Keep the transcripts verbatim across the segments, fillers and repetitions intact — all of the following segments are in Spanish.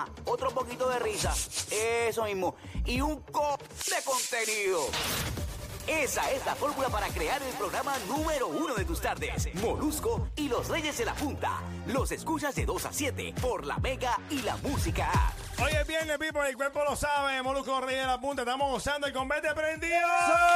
Ajá, otro poquito de risa. Eso mismo. Y un co de contenido. Esa es la fórmula para crear el programa número uno de tus tardes. Molusco y los Reyes de la Punta. Los escuchas de dos a siete por La Mega y La Música App. Hoy es viernes, people, el cuerpo lo sabe. Molusco, Reyes de la Punta. Estamos gozando el convete prendido.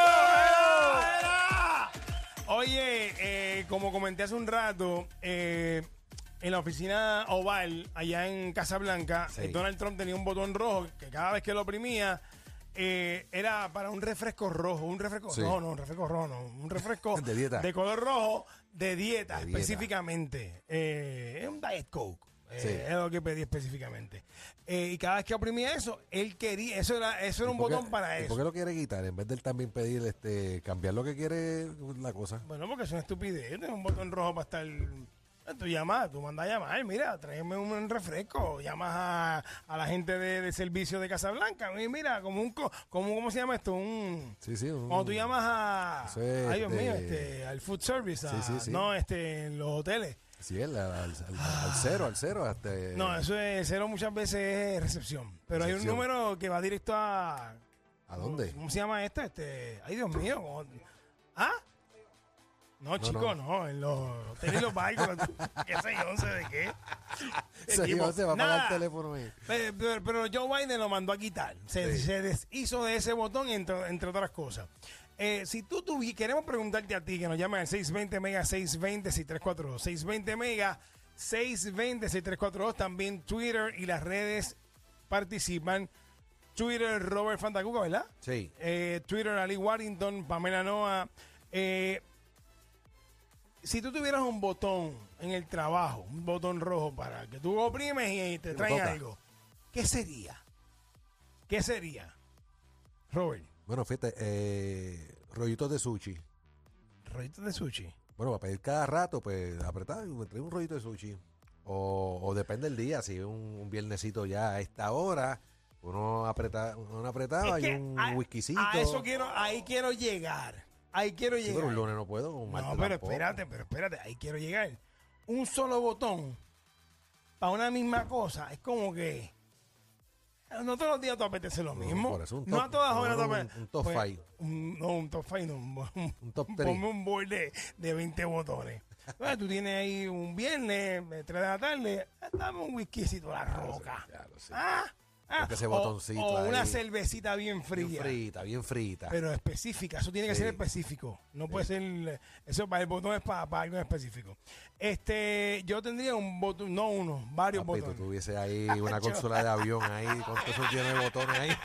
Oye, eh, como comenté hace un rato, eh, en la oficina Oval, allá en Casablanca, Sí. eh, Donald Trump tenía un botón rojo que cada vez que lo oprimía eh, era para un refresco rojo. Un refresco Sí. no, no, un refresco rojo, no. Un refresco De dieta. de color rojo de dieta, De dieta. específicamente. Eh, es un Diet Coke. Eh, Sí. Es lo que pedí específicamente. Eh, y cada vez que oprimía eso, él quería, eso era, eso era un ¿Y por qué- botón para ¿y eso. ¿Por qué lo quiere quitar? En vez de él también pedir, este, cambiar lo que quiere la cosa. Bueno, porque es una estupidez. Es un botón rojo para estar. Tú llamas, tú mandas a llamar. Mira, tráeme un refresco. Llamas a, a la gente de, de servicio de Casablanca. Y mira, como un. co- Como, ¿cómo se llama esto? Un. Sí, sí. un- Cuando tú llamas a. Eso es Ay, Dios de- mío, este, al food service. a- Sí, sí, sí. No, este, en los hoteles. Sí, al, al- al- al cero, al cero. Hasta, No, eso es cero muchas veces es recepción. Pero hay un Recepción. número que va directo a. ¿A dónde? ¿Cómo se llama este? Este. Ay, Dios mío. ¿cómo- ¿Ah? No, chico, no. En los hoteles y los barcos. ¿Qué sé yo? No sé de qué. El Se, tipo, se va a pagar nada. el teléfono ahí. Pero, pero- pero Joe Biden lo mandó a quitar. Se, Sí. se deshizo de ese botón, entre, entre otras cosas. Eh, si tú tuvi, queremos preguntarte a ti, que nos llamen al seis veinte mega seis veinte seis tres cuatro dos. seis veinte mega seis veinte seis tres cuatro dos. También Twitter y las redes participan. Twitter, Robert Fantacuca, ¿verdad? Sí. Eh, Twitter, Ali Warrington, Pamela Noa. Eh, si tú tuvieras un botón en el trabajo, un botón rojo para que tú oprimes y te me traen toca. algo, ¿qué sería? ¿Qué sería? Robert, Bueno, fíjate, eh, rollitos de sushi. rollitos de sushi. Bueno, para pedir cada rato, pues apretar y me trae un rollito de sushi. O, o depende del día, si es un, un viernesito ya a esta hora, uno apreta, uno apretaba Es y que un a, whiskycito. a eso quiero, ahí quiero llegar. Ahí quiero Sí, llegar. pero un lunes no puedo, un martes No, pero tampoco. espérate, pero espérate, ahí quiero llegar. Un solo botón para una misma cosa, es como que no todos los días te apetece lo No, mismo. por eso un no top- a todas no, horas te no, un- apetece. un top Pues, five. un- no, un top five, no. Un, Un top three. Ponme un board de, de veinte botones. Bueno, tú tienes ahí un viernes, de tres de la tarde, dame un whiskycito a la roca. Ya lo sé. Ah, ah, Porque ese o- botoncito o, una ahí. cervecita bien fría. Bien frita, bien frita. Pero específica, eso tiene que Sí. ser específico. No puede ser. Eso para el botón es para, para algo específico. Este, yo tendría un botón, no uno, varios Papi, tú botones. tuviese ahí una consola de avión ahí, con todo eso lleno de botones ahí.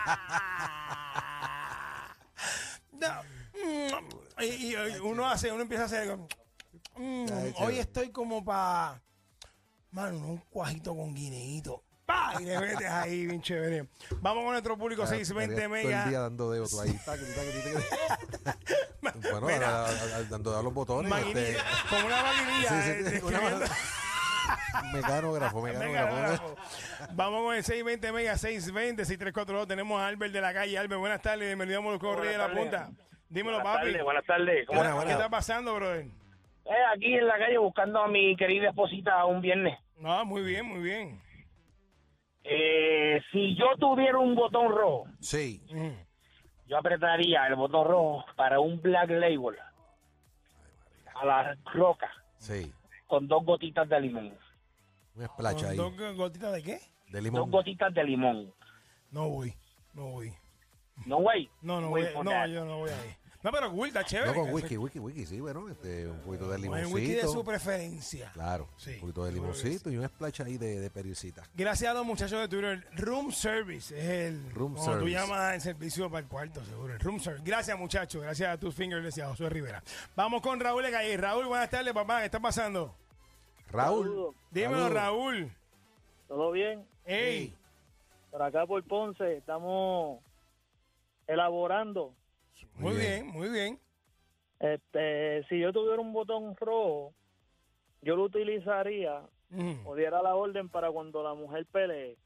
No, mm, y, y- y uno hace, uno empieza a hacer. mm, Ay, hoy chévere. estoy como para. Mano, un cuajito con guineíto. ¡Pah! Y le metes ahí, bien chévere. Vamos con nuestro público seiscientos veinte Estaría Todo el día mega. dando dedos tú ahí. Taquiti, taquiti, taquiti. Bueno, Mira. a- a- a- dando dedos a los botones. Maquinilla, Este, como una maquinilla. sí, sí, eh, sí, una escribiendo. mecanógrafo, mecanógrafo. Mecanógrafo. Vamos con el seiscientos veinte mega seiscientos veinte seis tres cuatro dos. Tenemos a Albert de la calle. Albert, buenas tardes. Bienvenido a Molusco Reyes de la Buenas Punta. tardes. Dímelo, Buenas papi. tardes, buenas tardes. ¿Cómo Buenas, estás? ¿Qué buenas. está pasando, brother? Eh, aquí en la calle buscando a mi querida esposita un viernes. No, muy bien, muy bien. Eh, si yo tuviera un botón rojo, Sí. Mm. yo apretaría el botón rojo para un Black Label a la roca Sí. con dos gotitas de limón. Un splash ¿Con ahí. dos go- gotitas de qué? De Dos limón. gotitas de limón. No voy, no voy. No, güey. No, no Wait voy. for No, that. yo no voy ahí. No, pero cool, está chévere. No con whisky, whisky, whisky, sí, bueno, este, un poquito de Con el whisky de su limoncito. preferencia. Claro, Sí, un poquito de seguro que limoncito y un splash ahí de, de periosita. Gracias a los muchachos de Twitter. Room Service es el. Room cuando tú service. llamas en servicio para el cuarto, seguro. El Room Service. Gracias, muchachos. Gracias a tus fingers, decía Josué Rivera. Vamos con Raúl de Calle. Raúl, buenas tardes, papá. ¿Qué está pasando? Raúl. Saludos. Dímelo, Saludos. Raúl. ¿Todo bien? Ey. Por acá por Ponce estamos elaborando. Muy, Muy bien. bien. muy bien. Este, si yo tuviera un botón rojo, yo lo utilizaría Mm. o diera la orden para cuando la mujer pelee.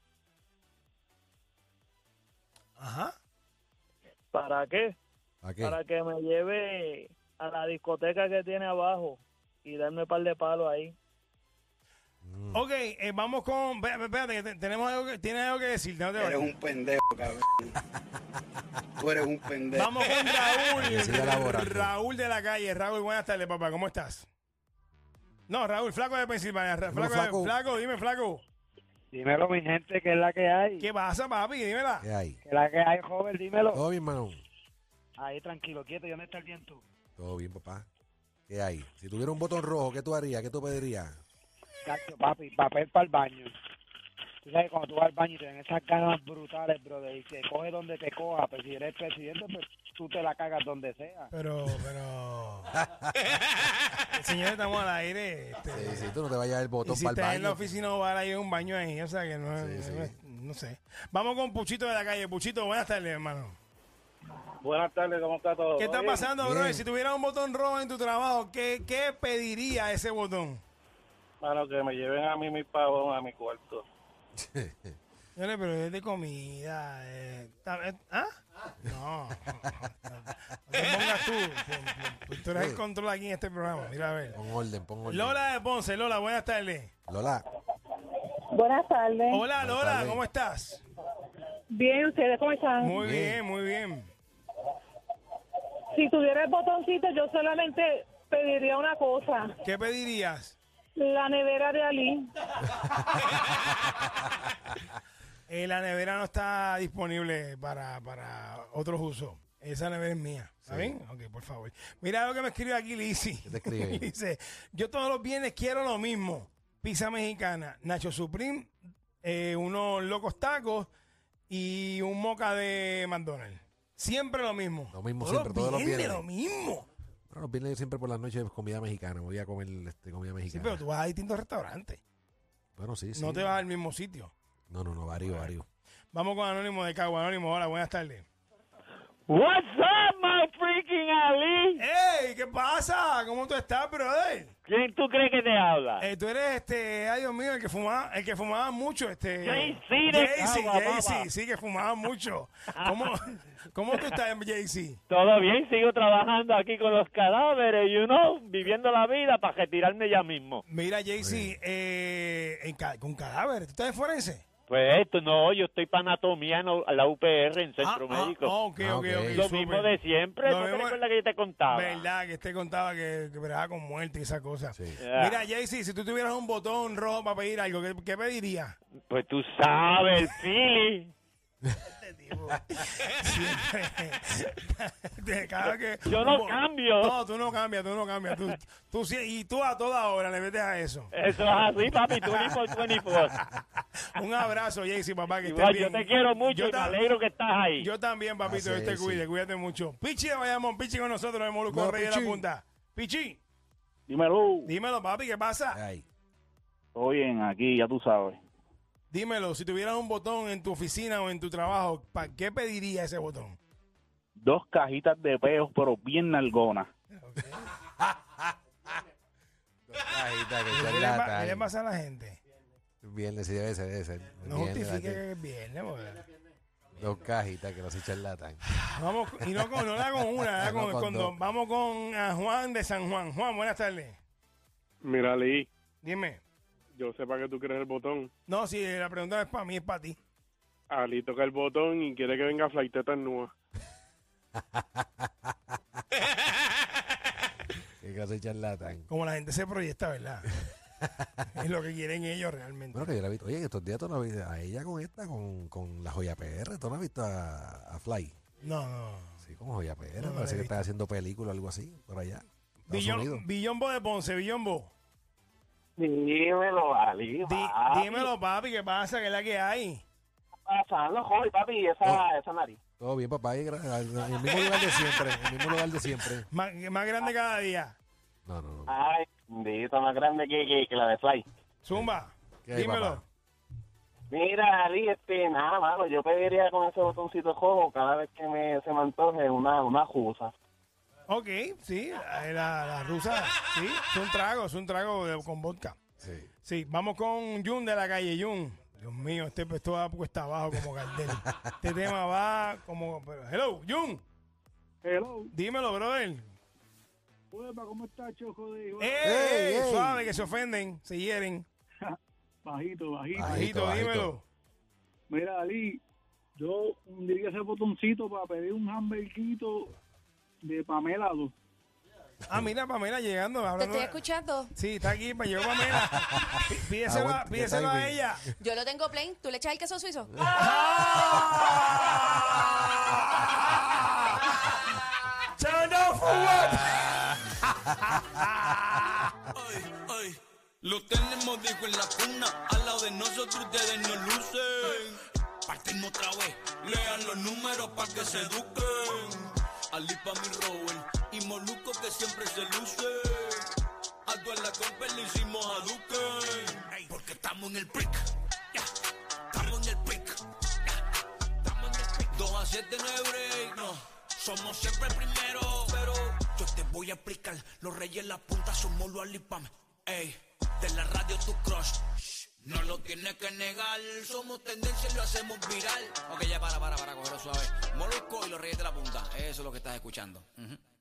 Ajá. ¿Para qué? ¿A qué? Para que me lleve a la discoteca que tiene abajo y darme un par de palos ahí. Ok, eh, vamos con. ve- ve- Espérate, que te- tenemos algo que, tienes algo que decir. No te Eres vayas. un pendejo, cabrón. Tú eres un pendejo. Vamos con Raúl. Sigue elaborando. Raúl de la calle. Raúl, buenas tardes, papá. ¿Cómo estás? No, Raúl, flaco de Pensilvania. Ra- Dímelo, Flaco, flaco. de- flaco, dime, flaco. Dímelo, mi gente, que es la que hay. ¿Qué pasa, papi? Dímela. ¿Qué hay? Que es la que hay, joven, dímelo. ¿Todo bien, mano? Ahí, tranquilo, quieto. ¿Y dónde está el viento? Todo bien, papá. ¿Qué hay? Si tuviera un botón rojo, ¿qué tú harías? ¿Qué tú pedirías? Cacho, papi, papel para el baño. Tú sabes, cuando tú vas al baño y te ven esas ganas brutales, brother, y te coge donde te coja, pero si eres presidente, pues tú te la cagas donde sea. Pero, pero. Señores, estamos al aire. Este, Sí, sí, tú no te vayas el y botón si para el estás baño. en la oficina o bar, hay un baño ahí. O sea que no, Sí, no- sí. no sé. Vamos con Puchito de la calle. Puchito, buenas tardes, hermano. Buenas tardes, ¿cómo está todo? ¿Qué está ¿Todo bien? pasando, Bien. bro? Si tuviera un botón rojo en tu trabajo, ¿qué, qué pediría ese botón? Mano, que me lleven a mí mi pavón a mi cuarto. Señores, pero es de comida. eh, ta- eh, ¿Ah? No. No te pongas tú. Tú- tú- Tú eres el control aquí en este programa. Mira, a ver. Pon orden, pon orden. Lola de Ponce. Lola, buenas tardes. Lola. Buenas tardes. Hola, Buenas Lola, tardes. ¿cómo estás? Bien, ¿ustedes cómo están? Muy Bien. bien, muy bien. Si tuviera el botoncito, yo solamente pediría una cosa. ¿Qué pedirías? La nevera de Ali. Eh, la nevera no está disponible para, para otros usos. Esa nevera es mía. ¿Está Sí. bien? Ok, por favor. Mira lo que me escribe aquí Lizzy. ¿Qué te escribe? Dice, yo todos los viernes quiero lo mismo. Pizza mexicana, Nacho Supreme, eh, unos locos tacos y un moca de McDonald's. Siempre lo mismo. Lo mismo Todos siempre, todos los viernes. lo mismo. Bueno, los viernes yo siempre por las noches comida mexicana. Me voy a comer este, comida Sí, mexicana. pero tú vas a distintos restaurantes. Bueno, sí, sí. No te vas al mismo sitio. No, no, no, varío, varío. Vamos con Anónimo de Cagua. Anónimo, hola, buenas tardes. What's up, my freaking Ali? ¡Ey! ¿Qué pasa? ¿Cómo tú estás, brother? ¿Quién tú crees que te habla? Eh, tú eres, este, ay Dios mío, el que fumaba, el que fumaba mucho, este. Jay-Z de Jay-Z, Cagua, Jay-Z, papá. sí, que fumaba mucho. ¿Cómo, cómo tú estás, Jay-Z? Todo bien, sigo trabajando aquí con los cadáveres, you know, viviendo la vida para retirarme ya mismo. Mira, Jay-Z, eh, en ca- con cadáveres, ¿tú estás de forense? Pues esto, no, yo estoy para anatomía en la U P R, en Centro Ah, ah, Médico. ah, ok, Ah, ok, ok. ok. Lo súper. mismo de siempre, Lo ¿no te mismo- recuerdas que yo te contaba? Verdad, que este contaba que, que bregaba con muerte y esa cosa. Sí. Ya. Mira, Jay-Z, si tú tuvieras un botón rojo para pedir algo, ¿qué, qué pedirías? Pues tú sabes, el Philly. Este tipo siempre cada que- Yo no cambio. No, tú no cambias, tú no cambias. Tú, tú sí- y tú a toda hora le metes a eso. Eso es así, papi, veinticuatro veinticuatro. Un abrazo, Jaycee, papá, que estés Igual, bien. yo te quiero mucho Yo y me ta- alegro que estás ahí. Yo también, papito, Ah, Dios te sí, cuide, sí. cuídate mucho. Pichi de Bayamón, Pichi con nosotros, de Moluco, No, Rey de la Pichi. Punta. Pichi, Dímelo. dímelo, papi, ¿qué pasa? Ay, Todo bien, aquí, ya tú sabes. Dímelo, si tuvieras un botón en tu oficina o en tu trabajo, ¿para qué pediría ese botón? Dos cajitas de peos, pero bien nalgonas. cajita, que ¿Qué le, pa- charlatan. qué le pasa a la gente? Viernes, sí, debe ser, debe ser. No Viernes, justifique date que es viernes, porque- Dos cajitas que no se charlatan. Vamos, y no con, no la con una, la No con, con con dos. dos. Vamos con ah, Juan de San Juan. Juan, buenas tardes. Mira, Lee, Dime. yo sé para qué tú quieres el botón. No, si la pregunta no es para mí, es para ti. Ali toca el botón y quiere que venga Flaiteta en Nua. Que no se charlatan. Como la gente se proyecta, ¿verdad? Es lo que quieren ellos realmente. Bueno, que yo la he visto. Oye, en estos días tú no has visto a ella con esta, con, con la Joya P R. ¿Tú no has visto a, a Fly? No, no. Sí, con Joya P R. No, no la Parece he que visto. está haciendo película o algo así, por allá. Estados Billon- Unidos. Billombo de Ponce, Billombo. Dímelo, Ali. Di- papi. dímelo, papi, ¿qué pasa? ¿Qué es la que hay? Pasando, joder, papi, esa, Oh. esa nariz. Todo bien, papá. ahí, gra- En el mismo lugar de siempre. En el mismo lugar de siempre. Más, más grande cada día. No, no, no. Ay, bendito, más grande que, que, que la de Fly. Zumba, ¿Qué hay, dímelo. papá? Mira, Ali, este, nada, mano, yo pediría con ese botoncito rojo cada vez que me, se me antoje una, una juza. Ok, sí, la, la, la rusa, sí, es un trago, es un trago de- con vodka. Sí. Sí, vamos con Jun de la calle, Jun. Dios mío, este esto va cuesta abajo como Gardel. Este tema va como... pero- hello, Jun, Hello, dímelo, brother. ¿cómo estás, chojo de ¡Ey! ¡Ey, ey! Suave, que se ofenden, se hieren. Bajito, bajito. Bajito, bajito. dímelo. Mira, Ali, yo diría ese botoncito para pedir un hamburguito de Pamela dos. Ah, mira, Pamela llegando. Te hablando- estoy escuchando. Sí, está aquí, pues llegó Pamela. Pí- Pídeselo, Ah, a- buen- pídeselo a timing. ella. Yo lo tengo plain. ¿Tú le echas el queso suizo? Turn off for what? Ay, ay, lo tenemos, dijo en la cuna. Al lado de nosotros ustedes no lucen. Partimos otra vez. Lean los números para que se eduquen. Ali pa' mi Robert y Molusco que siempre se luce. A toda la compa le hicimos a Duque. Porque estamos en el pick. Ya, estamos en el pick. Ya, estamos en el pick. dos a siete no hay break, no. Somos siempre primero, pero yo te voy a explicar. Los reyes en la punta somos los Alipam. Ey, de la radio tu crush. Shh, no lo tienes que negar. Somos tendencia y lo hacemos viral. Ok, ya para, para, para, cogerlo suave. Molusco y los reyes de la punta. Eso es lo que estás escuchando. Uh-huh.